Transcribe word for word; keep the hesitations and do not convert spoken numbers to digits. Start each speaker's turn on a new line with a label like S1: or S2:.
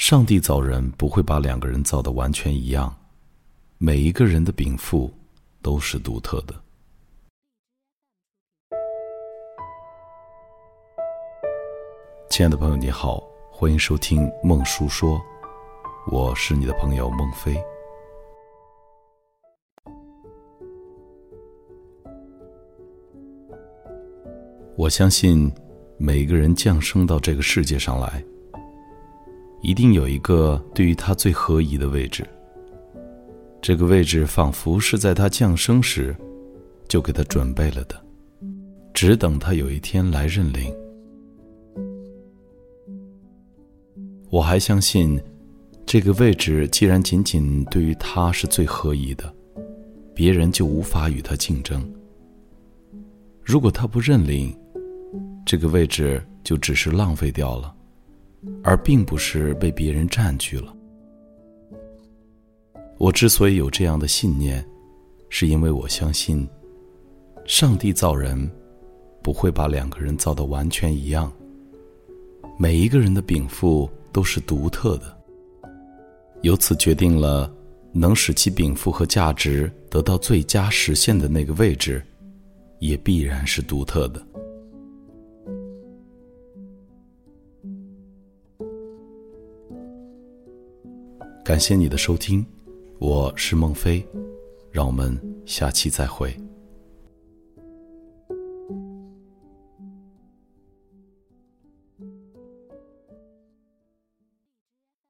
S1: 上帝造人不会把两个人造得完全一样，每一个人的禀赋都是独特的。亲爱的朋友你好，欢迎收听孟叔说，我是你的朋友孟非。我相信每一个人降生到这个世界上来，一定有一个对于他最合宜的位置，这个位置仿佛是在他降生时就给他准备了的，只等他有一天来认领。我还相信这个位置既然仅仅对于他是最合宜的，别人就无法与他竞争。如果他不认领，这个位置就只是浪费掉了，而并不是被别人占据了。我之所以有这样的信念，是因为我相信上帝造人不会把两个人造得完全一样，每一个人的禀赋都是独特的，由此决定了能使其禀赋和价值得到最佳实现的那个位置也必然是独特的。感谢你的收听，我是孟非，让我们下期再会。